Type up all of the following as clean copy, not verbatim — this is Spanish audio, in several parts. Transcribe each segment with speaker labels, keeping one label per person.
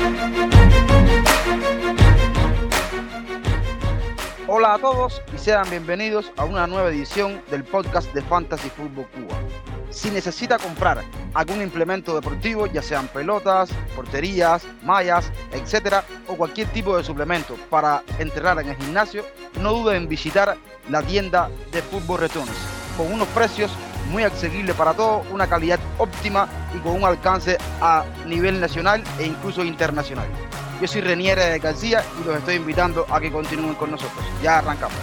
Speaker 1: Hola a todos y sean bienvenidos a una nueva edición del podcast de Fantasy Fútbol Cuba. Si necesita comprar algún implemento deportivo, ya sean pelotas, porterías, mallas, etcétera, o cualquier tipo de suplemento para entrenar en el gimnasio, no duden en visitar la tienda de Fútbol Returns, con unos precios muy accesibles para todos, una calidad óptima y con un alcance a nivel nacional e incluso internacional. Yo soy Renier García y los estoy invitando a que continúen con nosotros. Ya arrancamos.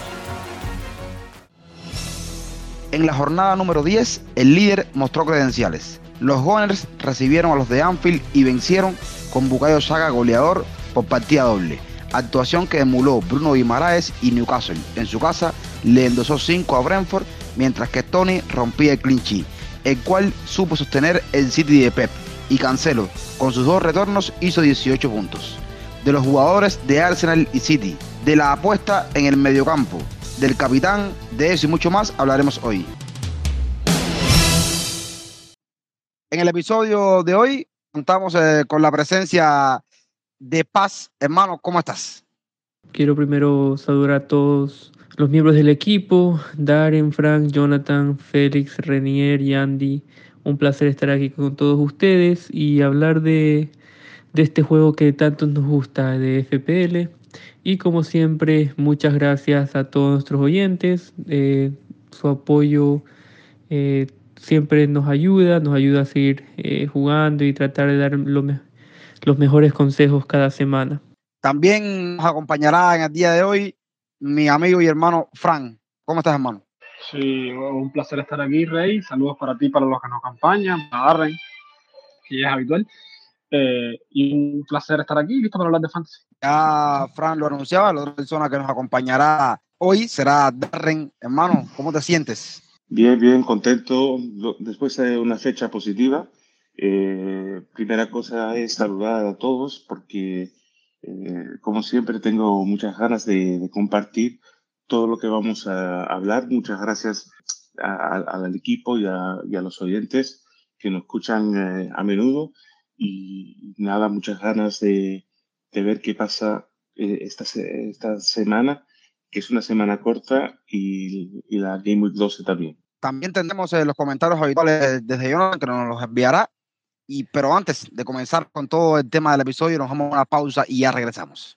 Speaker 1: En la jornada número 10, el líder mostró credenciales. Los Gunners recibieron a los de Anfield y vencieron con Bukayo Saka goleador por partida doble. Actuación que emuló Bruno Guimaraes y Newcastle. En su casa le endosó 5 a Brentford, mientras que Tony rompía el clean sheet, el cual supo sostener el City de Pep. Y Cancelo, con sus 2 retornos, hizo 18 puntos. De los jugadores de Arsenal y City, de la apuesta en el mediocampo, del capitán, de eso y mucho más hablaremos hoy. En el episodio de hoy contamos con la presencia de Paz. Hermano, ¿cómo estás?
Speaker 2: Quiero primero saludar a todos los miembros del equipo, Darren, Frank, Jonathan, Félix, Renier y Andy. Un placer estar aquí con todos ustedes y hablar de este juego que tanto nos gusta, de FPL. Y como siempre, muchas gracias a todos nuestros oyentes. Su apoyo siempre nos ayuda a seguir jugando y tratar de dar los mejores consejos cada semana.
Speaker 1: También nos acompañará en el día de hoy mi amigo y hermano Frank. ¿Cómo estás, hermano?
Speaker 3: Sí, un placer estar aquí, Rey. Saludos para ti, para los que nos acompañan, para Darren, que ya es habitual. Y un placer estar aquí, listo para hablar de fantasy.
Speaker 1: Ya Fran lo anunciaba, la otra persona que nos acompañará hoy será Darren. Hermano, ¿cómo te sientes?
Speaker 4: Bien, contento después de una fecha positiva. Primera cosa es saludar a todos porque, como siempre, tengo muchas ganas de compartir todo lo que vamos a hablar. Muchas gracias al equipo y a los oyentes que nos escuchan a menudo. Y nada, muchas ganas de ver qué pasa esta semana, que es una semana corta, y la Game Week 12 también.
Speaker 1: También tendremos los comentarios habituales desde Jonathan, que nos los enviará. Pero antes de comenzar con todo el tema del episodio, nos vamos a una pausa y ya regresamos.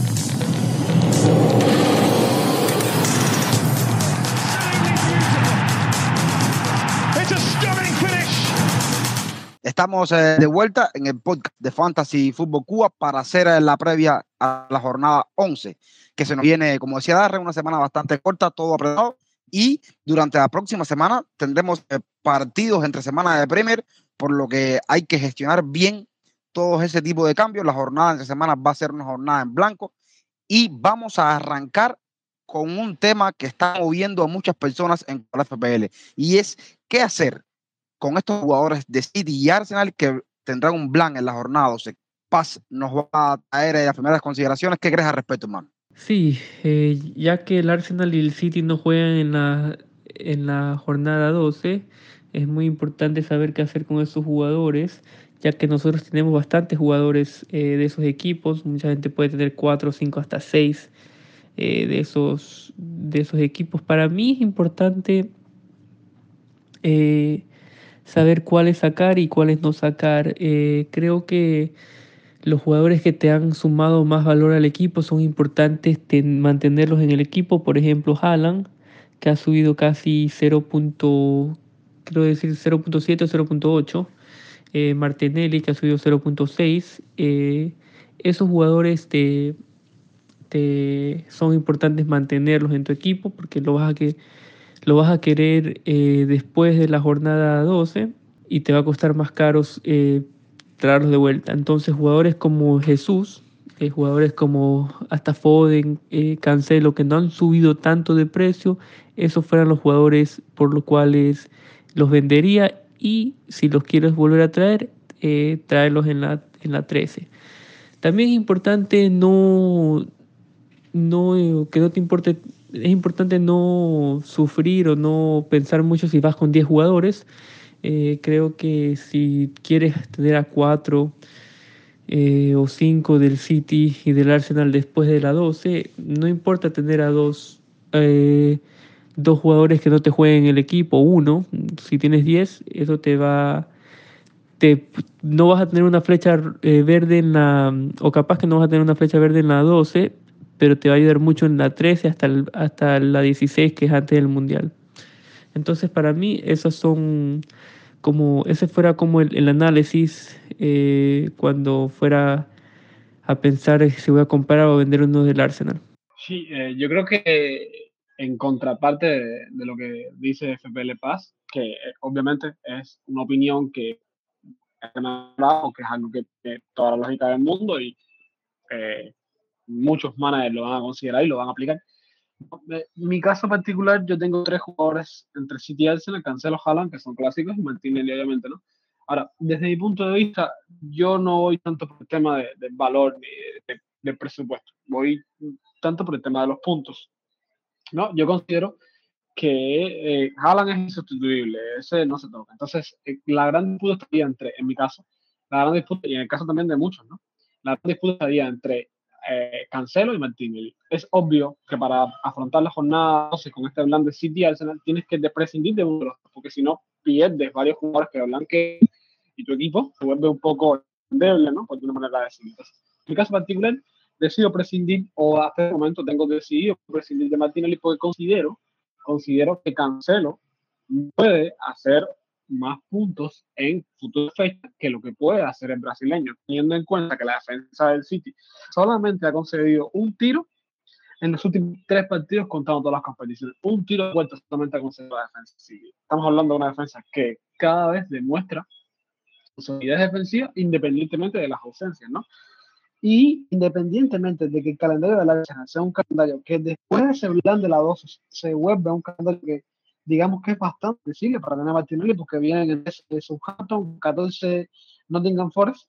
Speaker 1: Estamos de vuelta en el podcast de Fantasy Fútbol Cuba para hacer la previa a la jornada 11, que se nos viene, como decía Darren, una semana bastante corta, todo apretado, y durante la próxima semana tendremos partidos entre semanas de Premier, por lo que hay que gestionar bien todo ese tipo de cambios. La jornada entre semanas va a ser una jornada en blanco y vamos a arrancar con un tema que está moviendo a muchas personas en la FPL, y es qué hacer con estos jugadores de City y Arsenal que tendrán un blank en la jornada 12. Paz nos va a traer las primeras consideraciones. ¿Qué crees al respecto, hermano?
Speaker 2: Sí, ya que el Arsenal y el City no juegan en la jornada 12, es muy importante saber qué hacer con esos jugadores, ya que nosotros tenemos bastantes jugadores de esos equipos. Mucha gente puede tener 4, 5, hasta 6 de esos equipos. Para mí es importante saber cuáles sacar y cuáles no sacar. Creo que los jugadores que te han sumado más valor al equipo son importantes mantenerlos en el equipo. Por ejemplo, Haaland, que ha subido casi 0.7 o 0.8. Martinelli, que ha subido 0.6. Esos jugadores son importantes mantenerlos en tu equipo porque lo vas a querer después de la jornada 12 y te va a costar más caros traerlos de vuelta. Entonces, jugadores como Jesús, jugadores como hasta Foden, Cancelo, que no han subido tanto de precio, esos fueran los jugadores por los cuales los vendería, y si los quieres volver a traer, traerlos en la 13. También es importante que no te importe. Es importante no sufrir o no pensar mucho si vas con 10 jugadores. Creo que si quieres tener a 4 o 5 del City y del Arsenal después de la 12, no importa tener a dos jugadores que no te jueguen el equipo, uno, si tienes 10, eso te, no vas a tener una flecha verde o capaz que no vas a tener una flecha verde en la 12, pero te va a ayudar mucho en la 13 hasta la 16, que es antes del Mundial. Entonces, para mí, ese fuera como el análisis cuando fuera a pensar si voy a comprar o vender uno del Arsenal.
Speaker 3: Sí, yo creo que en contraparte de lo que dice FPL Paz, que obviamente es una opinión que es algo que toda la lógica del mundo y muchos managers lo van a considerar y lo van a aplicar. En mi caso particular, yo tengo 3 jugadores entre City y Arsenal, Cancelo, Haaland, que son clásicos, y Martinelli, obviamente, ¿no? Ahora, desde mi punto de vista, yo no voy tanto por el tema del valor ni del presupuesto, voy tanto por el tema de los puntos, ¿no? Yo considero que Haaland es insustituible, ese no se toca. Entonces, la gran disputa estaría entre, en mi caso, la gran disputa, y en el caso también de muchos, ¿no? La gran disputa estaría entre Cancelo y Martinelli. Es obvio que para afrontar la jornada 12 con este plan de City y Arsenal tienes que prescindir de uno de los dos, porque si no pierdes varios jugadores que hablan que y tu equipo se vuelve un poco débil, ¿no? Por una manera de decirlo. Entonces, en mi caso particular, decido prescindir, o hasta el momento tengo decidido prescindir de Martinelli porque considero que Cancelo puede hacer más puntos en futuras fechas que lo que puede hacer el brasileño, teniendo en cuenta que la defensa del City solamente ha concedido un tiro en los últimos 3 partidos contando todas las competiciones. Un tiro de vuelta solamente ha concedido la defensa del City. Estamos hablando de una defensa que cada vez demuestra su solidez defensiva independientemente de las ausencias, ¿no? Y independientemente de que el calendario de la Arsenal sea un calendario que después de ese plan de la 2 se vuelve un calendario que digamos que es bastante difícil para tener a Martinelli, porque vienen en ese Southampton, 14 Nottingham Forest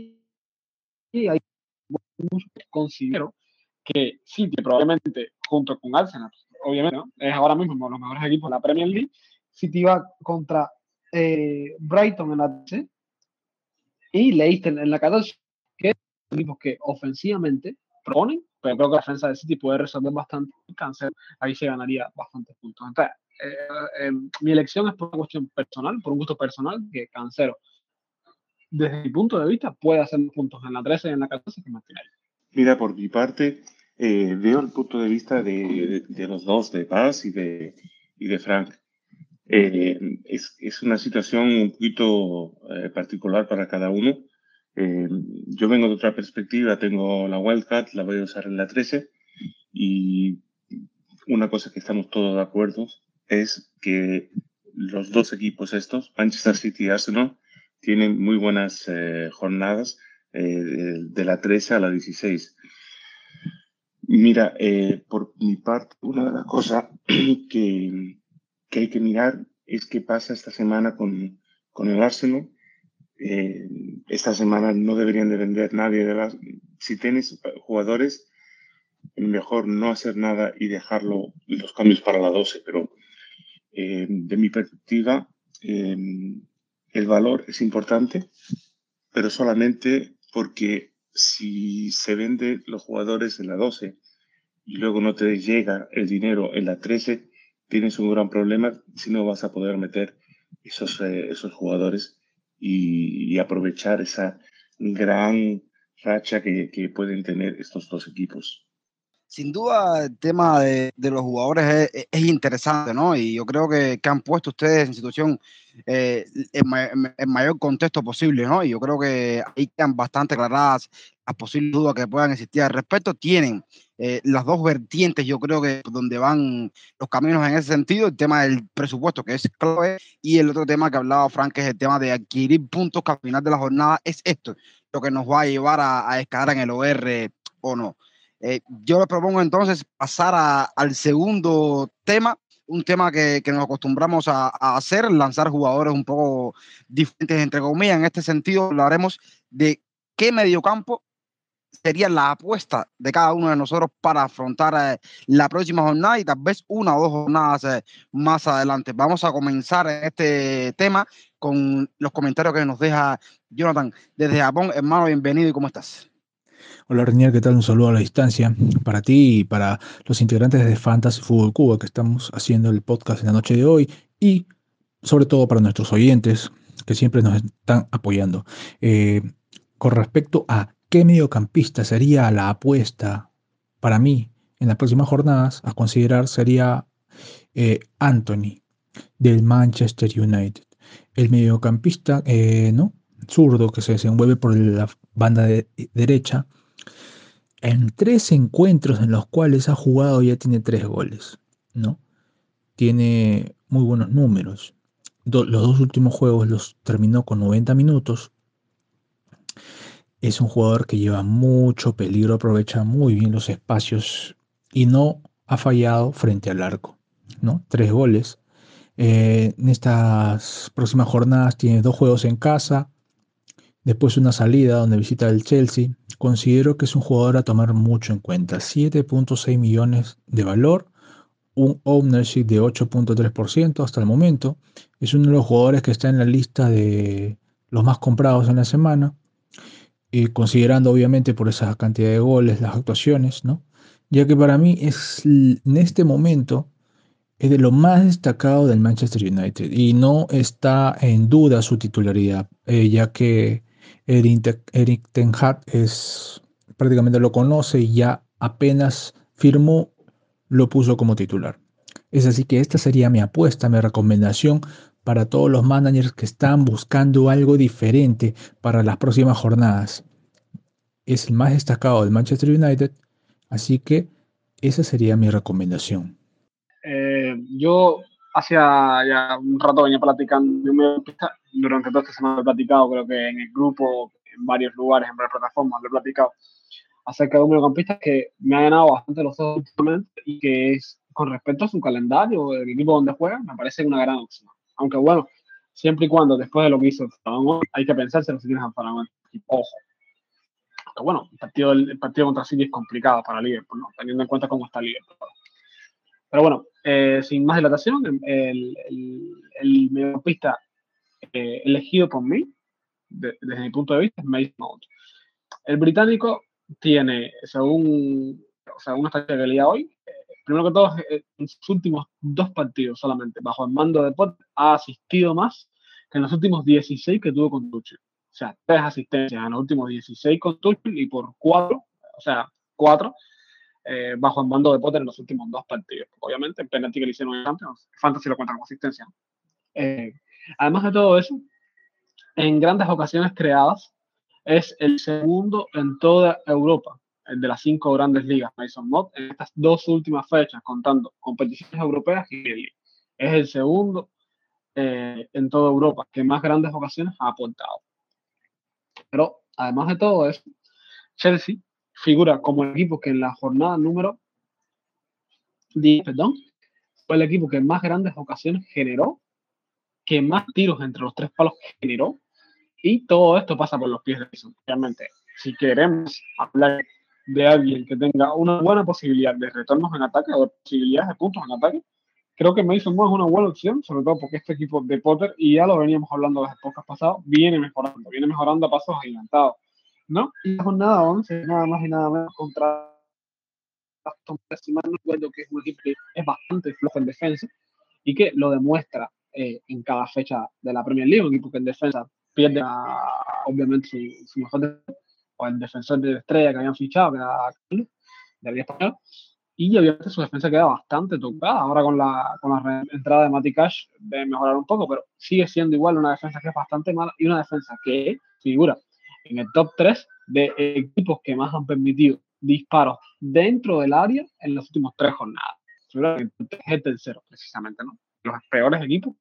Speaker 3: y ahí considero que City probablemente junto con Arsenal, obviamente, ¿no? Es ahora mismo uno de los mejores equipos de la Premier League. City va contra Brighton en la 13 y Leicester en la 14, que son equipos que ofensivamente proponen, pero creo que la defensa de City puede resolver bastante el cáncer, ahí se ganaría bastantes puntos. Entonces, mi elección es por una cuestión personal, por un gusto personal, que Cancelo, desde mi punto de vista, puede hacer puntos en la 13 y en la 14 que Martinelli.
Speaker 4: Mira, por mi parte, veo el punto de vista de los dos, de Paz y de Frank. Es una situación un poquito particular para cada uno. Yo vengo de otra perspectiva, tengo la Wildcat, la voy a usar en la 13 y una cosa que estamos todos de acuerdo es que los dos equipos estos, Manchester City y Arsenal, tienen muy buenas jornadas de la 13 a la 16. Mira, por mi parte, una de las cosas que hay que mirar es qué pasa esta semana con el Arsenal. Esta semana no deberían de vender nadie si tienes jugadores, mejor no hacer nada y dejarlo los cambios para la 12, pero de mi perspectiva el valor es importante, pero solamente porque si se vende los jugadores en la 12 y luego no te llega el dinero en la 13, tienes un gran problema si no vas a poder meter esos jugadores y aprovechar esa gran racha que pueden tener estos dos equipos.
Speaker 1: Sin duda, el tema de los jugadores es interesante, ¿no? Y yo creo que han puesto ustedes en situación en mayor contexto posible, ¿no? Y yo creo que ahí quedan bastante aclaradas las posibles dudas que puedan existir al respecto. Tienen las dos vertientes, yo creo que donde van los caminos en ese sentido, el tema del presupuesto, que es clave, y el otro tema que hablaba Frank, que es el tema de adquirir puntos, que al final de la jornada es esto, lo que nos va a llevar a escalar en el OR o no. Yo les propongo entonces pasar al segundo tema, un tema que nos acostumbramos a hacer, lanzar jugadores un poco diferentes, entre comillas. En este sentido, hablaremos de qué mediocampo sería la apuesta de cada uno de nosotros para afrontar la próxima jornada y tal vez una o dos jornadas más adelante. Vamos a comenzar este tema con los comentarios que nos deja Jonathan desde Japón. Hermano, bienvenido, ¿y cómo estás?
Speaker 5: Hola Renier, ¿qué tal? Un saludo a la distancia para ti y para los integrantes de Fantasy Fútbol Cuba que estamos haciendo el podcast en la noche de hoy y sobre todo para nuestros oyentes que siempre nos están apoyando. Con respecto a qué mediocampista sería la apuesta para mí en las próximas jornadas, a considerar sería Anthony del Manchester United. El mediocampista ¿no? zurdo que se desenvuelve por la banda derecha. En 3 encuentros en los cuales ha jugado ya tiene 3 goles, ¿no? Tiene muy buenos números. Los 2 últimos juegos los terminó con 90 minutos. Es un jugador que lleva mucho peligro, aprovecha muy bien los espacios y no ha fallado frente al arco, ¿no? 3 goles. En estas próximas jornadas tiene 2 juegos en casa, después una salida donde visita el Chelsea. Considero que es un jugador a tomar mucho en cuenta. 7.6 millones de valor, un ownership de 8.3% hasta el momento. Es uno de los jugadores que está en la lista de los más comprados en la semana, considerando obviamente por esa cantidad de goles, las actuaciones, ¿no? Ya que para mí es en este momento es de lo más destacado del Manchester United y no está en duda su titularidad, ya que Erik ten Hag prácticamente lo conoce y ya apenas firmó, lo puso como titular. Es así que esta sería mi apuesta, mi recomendación para todos los managers que están buscando algo diferente para las próximas jornadas. Es el más destacado del Manchester United, así que esa sería mi recomendación.
Speaker 3: Yo hacía ya un rato venía platicando de un mediocampista, durante toda esta semana he platicado, creo que en el grupo, en varios lugares, en varias plataformas, lo he platicado acerca de un mediocampista que me ha ganado bastante los ojos últimamente y que es, con respecto a su calendario, el equipo donde juega, me parece una gran opción. Aunque bueno, siempre y cuando después de lo que hizo el Faraón, hay que pensárselo si tienes al Faraón. Ojo. Aunque bueno, el partido contra City es complicado para Liverpool, ¿no? Teniendo en cuenta cómo está Liverpool. Pero bueno, sin más dilatación, el mediocampista elegido por mí, desde mi punto de vista, es Mason Mount. El británico tiene, según una estadística que leí hoy, primero que todo, en sus últimos 2 partidos solamente, bajo el mando de Potter, ha asistido más que en los últimos 16 que tuvo con Tuchel. O sea, 3 asistencias en los últimos 16 con Tuchel y por 4, o sea, 4 bajo el mando de Potter en los últimos 2 partidos. Obviamente, el penalti que le hicieron en Champions, Fantasy lo cuenta como asistencia. Además de todo eso, en grandes ocasiones creadas, es el segundo en toda Europa, el de las 5 grandes ligas, Mason Mount, en estas 2 últimas fechas, contando competiciones europeas y el League. Es el segundo en toda Europa que más grandes ocasiones ha aportado. Pero además de todo eso, Chelsea figura como el equipo que en la jornada número 10, fue el equipo que más grandes ocasiones generó, que más tiros entre los 3 palos generó, y todo esto pasa por los pies de Mason. Realmente, si queremos hablar de alguien que tenga una buena posibilidad de retornos en ataque o de posibilidades de puntos en ataque, creo que Mason Mount es una buena opción, sobre todo porque este equipo de Potter, y ya lo veníamos hablando en las épocas pasadas, viene mejorando a pasos agigantados, ¿no? Y la jornada 11, nada más y nada menos contra Aston Villa, si mal no recuerdo, que es un equipo que es bastante flojo en defensa y que lo demuestra en cada fecha de la Premier League, un equipo que en defensa pierde obviamente su mejor defensor, o el defensor de estrella que habían fichado, que era Carlos, de Liga Española, y obviamente su defensa queda bastante tocada. Ahora con la entrada de Matty Cash debe mejorar un poco, pero sigue siendo igual una defensa que es bastante mala y una defensa que figura en el top 3 de equipos que más han permitido disparos dentro del área en las últimas 3 jornadas. Es el tercero, precisamente, ¿no? Los peores equipos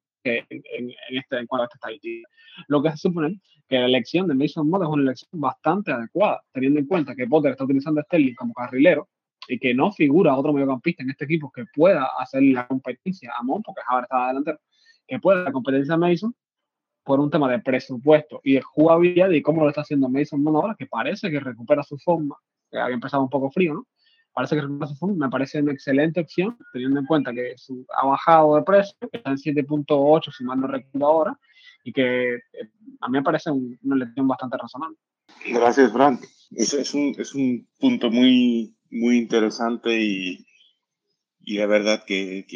Speaker 3: en cuanto a esta estadística. Lo que se supone que la elección de Mason Mount es una elección bastante adecuada, teniendo en cuenta que Potter está utilizando a Sterling como carrilero y que no figura otro mediocampista en este equipo que pueda hacer la competencia a Mount, porque ahora está delantero, que pueda la competencia a Mason. por un tema de presupuesto y de jugabilidad y cómo lo está haciendo Mason Mount ahora, que parece que recupera su forma, que había empezado un poco frío, ¿no? Parece que recupera su forma, me parece una excelente opción, teniendo en cuenta que ha bajado de precio, que está en 7.8, si mal no recuerdo ahora, y que a mí me parece una elección bastante razonable.
Speaker 4: Gracias, Frank. Es un punto muy, muy interesante y la verdad que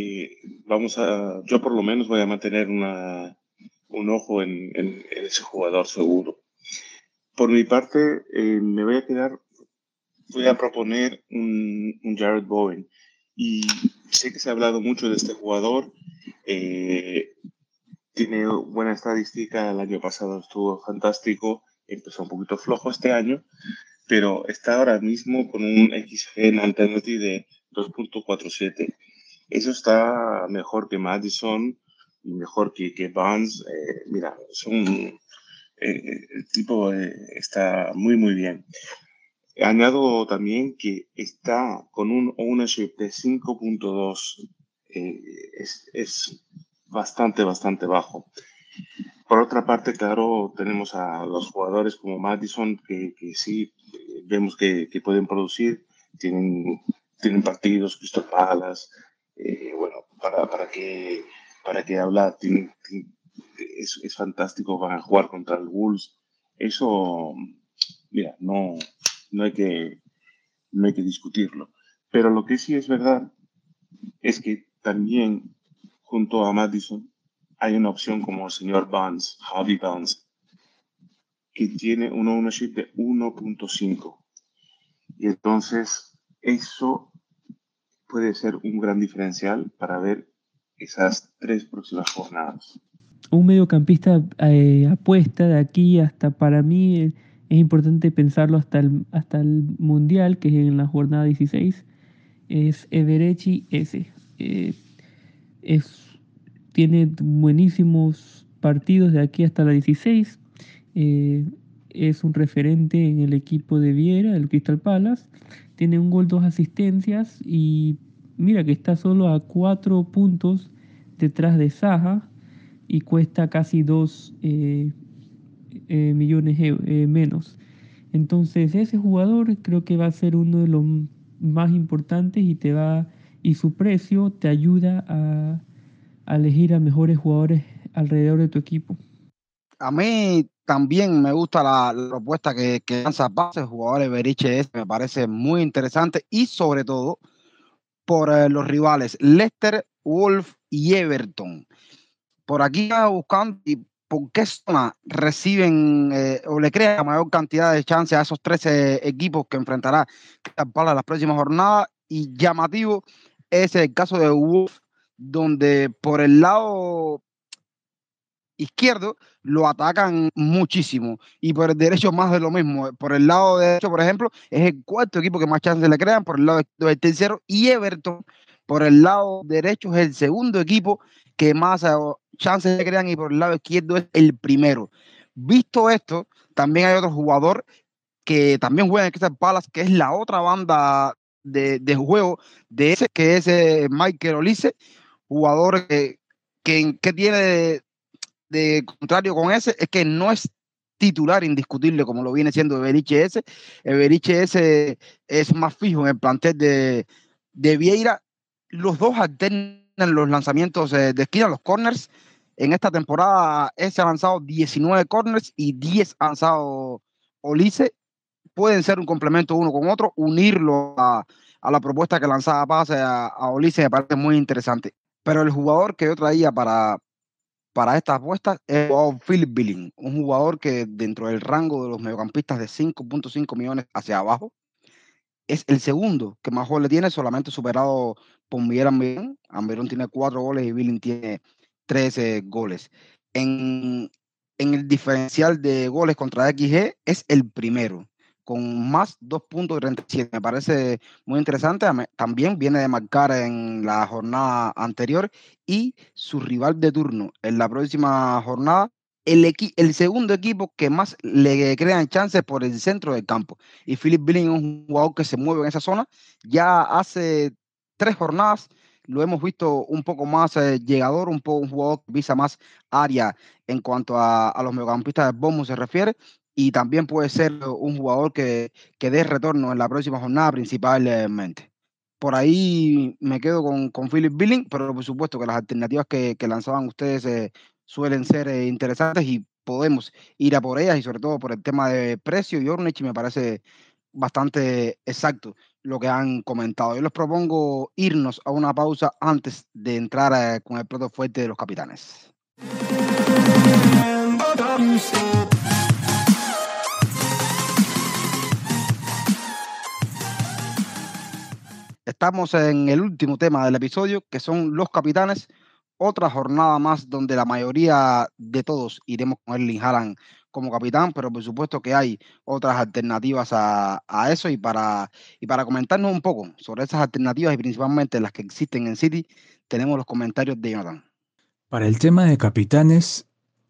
Speaker 4: yo por lo menos voy a mantener un ojo en ese jugador seguro. Por mi parte, voy a proponer un Jared Bowen. Y sé que se ha hablado mucho de este jugador. Tiene buena estadística, el año pasado estuvo fantástico, empezó un poquito flojo este año, pero está ahora mismo con un XG en Alternative de 2.47. Eso está mejor que Madison y mejor que Barnes. Mira, el tipo está muy, muy bien. Añado también que está con un ownership de 5.2. Es bastante, bastante bajo. Por otra parte, claro, tenemos a los jugadores como Madison que sí vemos que pueden producir, tienen partidos, Crystal Palace, bueno, para que hablar, es fantástico, van a jugar contra el Wolves. Eso, mira, no hay que discutirlo. Pero lo que sí es verdad es que también junto a Madison hay una opción como el señor Barnes, Harvey Barnes, que tiene un ownership de 1.5. Y entonces eso puede ser un gran diferencial para ver esas 3 próximas jornadas.
Speaker 2: Un mediocampista apuesta de aquí hasta, para mí, es importante pensarlo hasta el Mundial, que es en la jornada 16, es Eberechi S. Tiene buenísimos partidos de aquí hasta la 16. Es un referente en el equipo de Viera, el Crystal Palace. Tiene un gol, 2 asistencias y mira que está solo a 4 puntos detrás de Zaha y cuesta casi 2 millones menos. Entonces ese jugador creo que va a ser uno de los más importantes y su precio te ayuda a elegir a mejores jugadores alrededor de tu equipo.
Speaker 1: A mí también me gusta la propuesta que lanza Paz, el jugador Eberiche me parece muy interesante y sobre todo por los rivales Leicester, Wolf y Everton. Por aquí estaba buscando y por qué zona reciben o le crean la mayor cantidad de chances a esos 13 equipos que enfrentará para las próximas jornadas, y llamativo es el caso de Wolf, donde por el lado izquierdo lo atacan muchísimo y por el derecho más de lo mismo. Por el lado derecho, por ejemplo, es el cuarto equipo que más chances le crean, por el lado izquierdo es el tercero, y Everton por el lado derecho es el segundo equipo que más chances le crean y por el lado izquierdo es el primero. Visto esto, también hay otro jugador que también juega en Crystal Palace, que es la otra banda de juego de ese, que es Michael Olise, jugador que tiene de contrario con ese, es que no es titular indiscutible como lo viene siendo Eberiche S. Eberiche S es más fijo en el plantel de Vieira. Los dos alternan los lanzamientos de esquina, los corners. En esta temporada se ha lanzado 19 corners y 10 ha lanzado Olise. Pueden ser un complemento uno con otro, unirlo a la propuesta que lanzaba Paz a Olise me parece muy interesante. Pero el jugador que yo traía para estas apuestas es Philip Billing, un jugador que dentro del rango de los mediocampistas de 5.5 millones hacia abajo es el segundo que más goles tiene, solamente superado por Miguel Almirón. Almirón tiene 4 goles y Billing tiene 13 goles. En el diferencial de goles contra XG es el primero, con más 2.37. Me parece muy interesante. También viene de marcar en la jornada anterior y su rival de turno en la próxima jornada, el segundo equipo que más le crean chances por el centro del campo. Y Philip Billing es un jugador que se mueve en esa zona. Ya hace 3 jornadas lo hemos visto un poco más llegador, un jugador que pisa más área en cuanto a los mediocampistas de Bournemouth se refiere, y también puede ser un jugador que dé retorno en la próxima jornada principalmente. Por ahí me quedo con Philip Billing, pero por supuesto que las alternativas que lanzaban ustedes suelen ser interesantes y podemos ir a por ellas, y sobre todo por el tema de precio y Ornich me parece bastante exacto lo que han comentado. Yo les propongo irnos a una pausa antes de entrar con el plato fuerte de los capitanes. Estamos en el último tema del episodio, que son los capitanes. Otra jornada más donde la mayoría de todos iremos con Erling Haaland como capitán, pero por supuesto que hay otras alternativas a eso, y para comentarnos un poco sobre esas alternativas y principalmente las que existen en City, tenemos los comentarios de Jonathan.
Speaker 5: Para el tema de capitanes,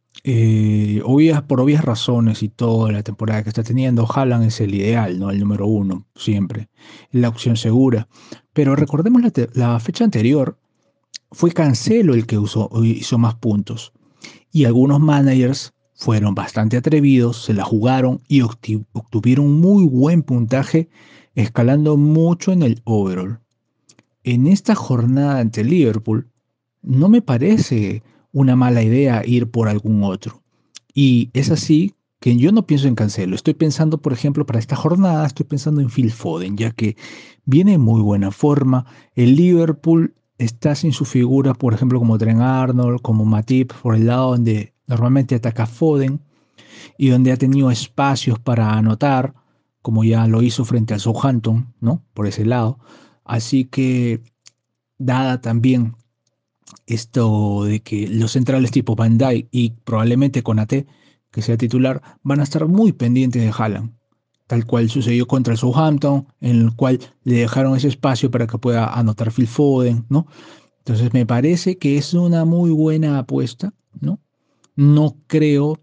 Speaker 5: por obvias razones y toda la temporada que está teniendo, Haaland es el ideal, ¿no? El número uno, siempre. La opción segura. Pero recordemos la fecha anterior, fue Cancelo el que hizo más puntos. Y algunos managers fueron bastante atrevidos, se la jugaron y obtuvieron muy buen puntaje, escalando mucho en el overall. En esta jornada ante Liverpool, no me parece una mala idea ir por algún otro. Y es así que yo no pienso en Cancelo. Estoy pensando, por ejemplo, para esta jornada, estoy pensando en Phil Foden, ya que viene en muy buena forma. El Liverpool está sin su figura, por ejemplo, como Trent Arnold, como Matip, por el lado donde normalmente ataca Foden y donde ha tenido espacios para anotar, como ya lo hizo frente al Southampton, ¿no? Por ese lado. Así que, dada también esto de que los centrales tipo Van Dijk y probablemente Konaté, que sea titular, van a estar muy pendientes de Haaland, tal cual sucedió contra el Southampton, en el cual le dejaron ese espacio para que pueda anotar Phil Foden, ¿no? Entonces me parece que es una muy buena apuesta, ¿no? No creo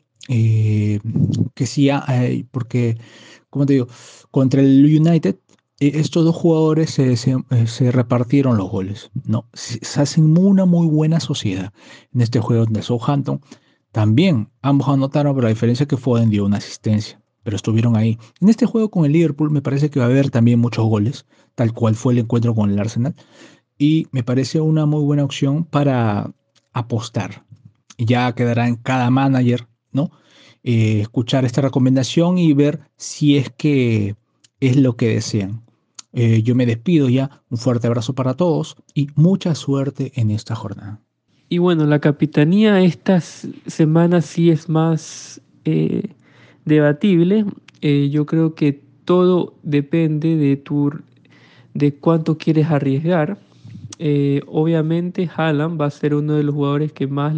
Speaker 5: que sea, porque, como te digo, contra el United, estos dos jugadores se repartieron los goles, ¿no? Se hacen una muy buena sociedad en este juego de Southampton. También ambos anotaron, pero la diferencia es que Foden dio una asistencia, pero estuvieron ahí. En este juego con el Liverpool me parece que va a haber también muchos goles, tal cual fue el encuentro con el Arsenal, y me parece una muy buena opción para apostar. Ya quedará en cada manager, ¿no? Escuchar esta recomendación y ver si es que es lo que desean. Yo me despido ya, un fuerte abrazo para todos y mucha suerte en esta jornada.
Speaker 2: Y bueno, la capitanía estas semanas sí es más debatible. Yo creo que todo depende de cuánto quieres arriesgar. Obviamente Haaland va a ser uno de los jugadores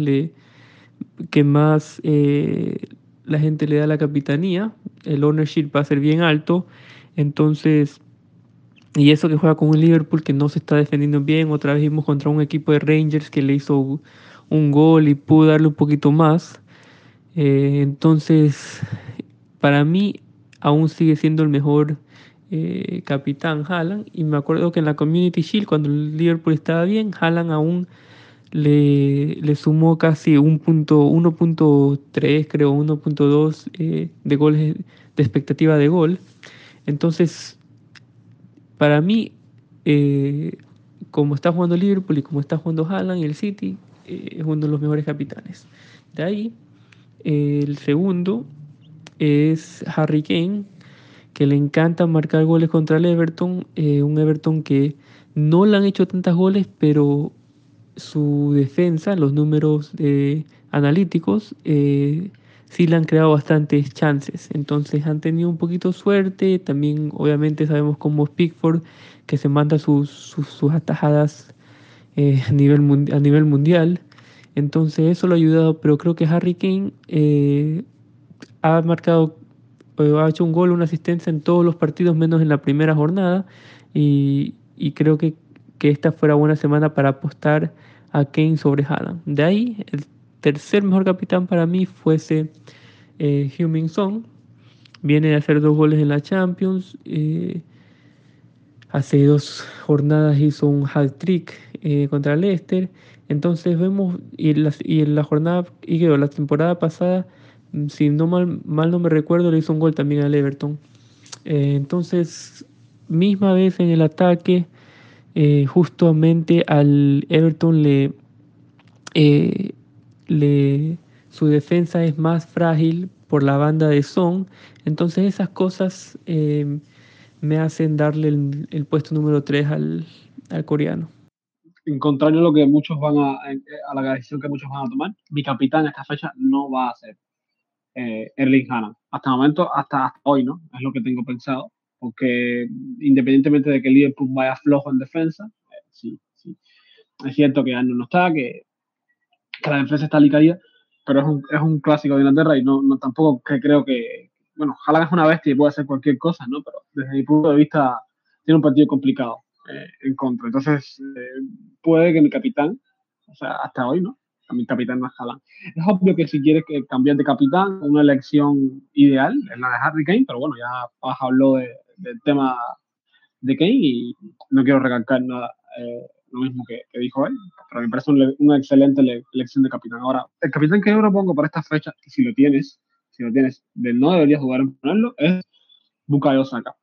Speaker 2: que más la gente le da a la capitanía. El ownership va a ser bien alto. Entonces, y eso que juega con un Liverpool que no se está defendiendo bien. Otra vez vimos contra un equipo de Rangers que le hizo un gol y pudo darle un poquito más. Entonces, para mí, aún sigue siendo el mejor capitán Haaland. Y me acuerdo que en la Community Shield, cuando el Liverpool estaba bien, Haaland aún le sumó casi 1.3, creo, 1.2 de goles de expectativa de gol. Entonces, para mí, como está jugando Liverpool y como está jugando Haaland y el City, es uno de los mejores capitanes. De ahí, el segundo es Harry Kane, que le encanta marcar goles contra el Everton, un Everton que no le han hecho tantos goles, pero su defensa, los números analíticos, sí le han creado bastantes chances. Entonces han tenido un poquito suerte. También, obviamente, sabemos cómo es Pickford, que se manda sus atajadas a nivel mundial. Entonces eso lo ha ayudado, pero creo que Harry Kane ha marcado, ha hecho un gol, una asistencia en todos los partidos, menos en la primera jornada. Y creo que esta fuera buena semana para apostar a Kane sobre Haaland. De ahí, el tercer mejor capitán para mí fuese Heung-min Son. Viene de hacer 2 goles en la Champions. Hace 2 jornadas hizo un hat-trick contra Leicester. Entonces vemos, y en la jornada, y creo, la temporada pasada, si no mal no me recuerdo, le hizo un gol también al Everton. Entonces, misma vez en el ataque, justamente al Everton eh, le, su defensa es más frágil por la banda de Son. Entonces esas cosas me hacen darle el puesto número 3 al coreano.
Speaker 3: En contrario a lo que muchos a la decisión que muchos van a tomar, mi capitán a esta fecha no va a ser Erling Haaland. Hasta el momento, hasta hoy, ¿no? Es lo que tengo pensado, porque independientemente de que el Liverpool vaya flojo en defensa, sí, sí. Es cierto que Arnold no está, que la defensa está alicaída, pero es un clásico de Inglaterra y tampoco creo que, bueno, Haaland es una bestia y puede hacer cualquier cosa, ¿no? Pero desde mi punto de vista tiene un partido complicado en contra. Entonces, puede que mi capitán, o sea, hasta hoy, ¿no? Mi capitán no es Haaland. Es obvio que si quieres cambiar de capitán, una elección ideal es la de Harry Kane, pero bueno, ya habló del tema de Kane y no quiero recalcar nada, lo mismo que dijo él, pero me parece una excelente elección de capitán. Ahora, el capitán que yo propongo para esta fecha, y si lo tienes, no deberías jugar en ponerlo, es Bukayo Saka.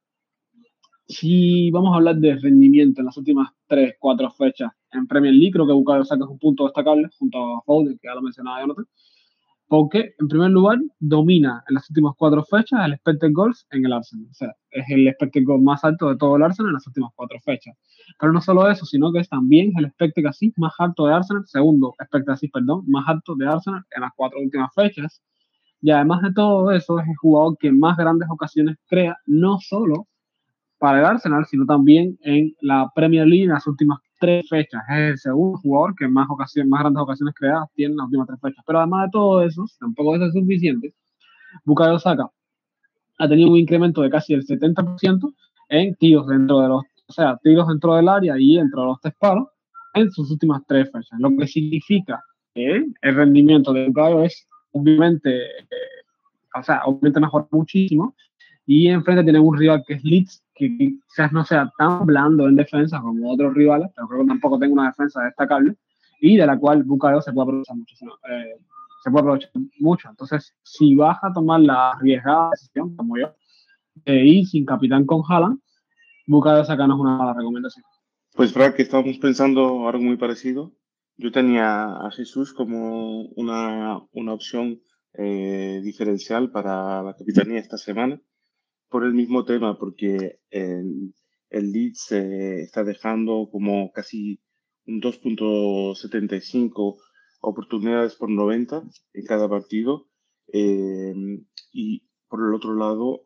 Speaker 3: Si vamos a hablar de rendimiento en las últimas 3, 4 fechas en Premier League, creo que Bukayo Saka es un punto destacable junto a Foden, que ya lo mencionaba Jonathan, porque en primer lugar domina en las últimas 4 fechas el expected goals en el Arsenal. O sea, es el expected goal más alto de todo el Arsenal en las últimas 4 fechas. Pero no solo eso, sino que es también el expected assist más alto de Arsenal, segundo expected assist, perdón, más alto de Arsenal en las 4 últimas fechas. Y además de todo eso, es el jugador que más grandes ocasiones crea, no solo para el Arsenal, sino también en la Premier League en las últimas 3 fechas. Es el segundo jugador que más grandes ocasiones creadas tiene en las últimas 3 fechas. Pero además de todo eso, tampoco es suficiente. Bukayo Saka ha tenido un incremento de casi el 70% en tiros dentro de tiros dentro del área y dentro de los 3 palos en sus últimas 3 fechas. Lo que significa que el rendimiento de Bukayo es obviamente, obviamente mejora muchísimo. Y enfrente tienen un rival que es Leeds, que quizás no sea tan blando en defensa como otros rivales, pero creo que tampoco tenga una defensa destacable y de la cual Bukayo se puede aprovechar mucho. Entonces, si vas a tomar la arriesgada decisión, como yo, de ir sin capitán con Haaland, Bukayo Saka no es una mala recomendación.
Speaker 4: Pues Frank, que estábamos pensando algo muy parecido. Yo tenía a Jesús como una opción diferencial para la capitanía esta semana, por el mismo tema, porque el Leeds está dejando como casi un 2.75 oportunidades por 90 en cada partido. Y por el otro lado,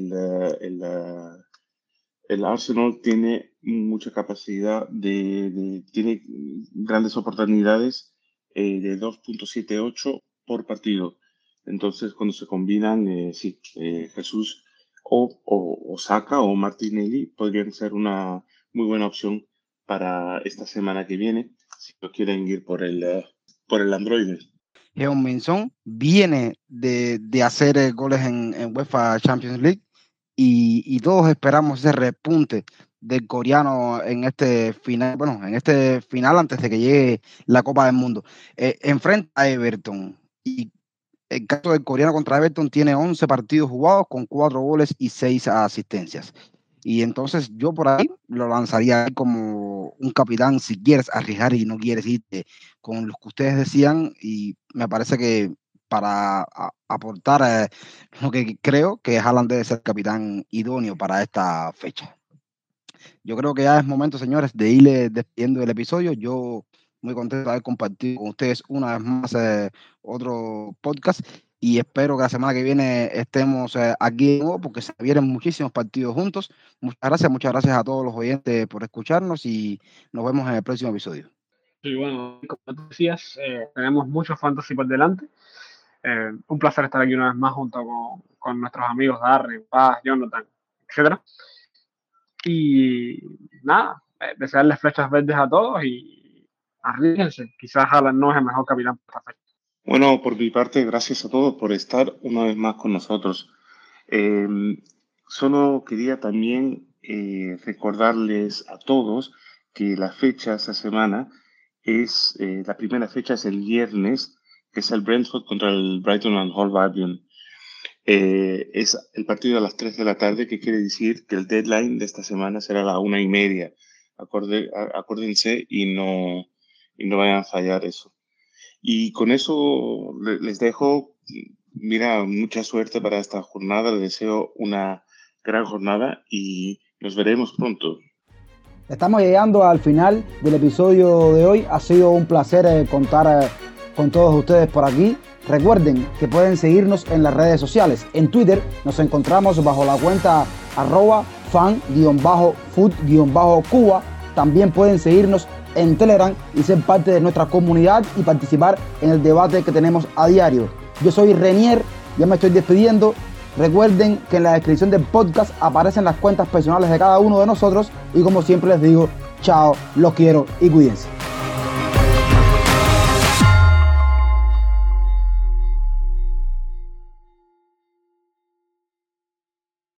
Speaker 4: el Arsenal tiene mucha capacidad tiene grandes oportunidades de 2.78 por partido. Entonces, cuando se combinan, sí, Jesús o Saka o Martinelli podrían ser una muy buena opción para esta semana que viene, si lo quieren ir por el Android.
Speaker 1: Heung-min Son viene de hacer goles en UEFA Champions League y todos esperamos ese repunte del coreano en este final antes de que llegue la Copa del Mundo. Enfrenta a Everton y el caso del coreano contra Everton tiene 11 partidos jugados con 4 goles y 6 asistencias. Y entonces yo por ahí lo lanzaría como un capitán si quieres arriesgar y no quieres irte con los que ustedes decían. Y me parece que para aportar lo que creo que Haaland debe ser capitán idóneo para esta fecha. Yo creo que ya es momento, señores, de irle despidiendo el episodio. Yo muy contento de haber compartido con ustedes una vez más otro podcast y espero que la semana que viene estemos aquí de nuevo porque se vienen muchísimos partidos juntos. Muchas gracias a todos los oyentes por escucharnos y nos vemos en el próximo episodio.
Speaker 3: Y bueno, como tú decías, tenemos mucho fantasy por delante. Un placer estar aquí una vez más junto con nuestros amigos Darren, Paz, Jonathan, etcétera. Y nada, desearles flechas verdes a todos y arríguense. Quizás Haaland no es el mejor capitán para esta fecha.
Speaker 4: Bueno, por mi parte, gracias a todos por estar una vez más con nosotros. Solo quería también recordarles a todos que la fecha esta semana es, la primera fecha es el viernes, que es el Brentford contra el Brighton and Hove Albion. Es el partido a las 3 de la tarde, que quiere decir que el deadline de esta semana será a la 1:30. Acuérdense y no vayan a fallar eso. Y con eso les dejo. Mira, mucha suerte para esta jornada. Les deseo una gran jornada y nos veremos pronto.
Speaker 6: Estamos llegando al final del episodio de hoy. Ha sido un placer contar con todos ustedes por aquí. Recuerden que pueden seguirnos en las redes sociales. En Twitter nos encontramos bajo la cuenta @fan_food_cuba. También pueden seguirnos en Telegram y ser parte de nuestra comunidad y participar en el debate que tenemos a diario. Yo soy Renier, ya me estoy despidiendo. Recuerden que en la descripción del podcast aparecen las cuentas personales de cada uno de nosotros y como siempre les digo, chao, los quiero y cuídense.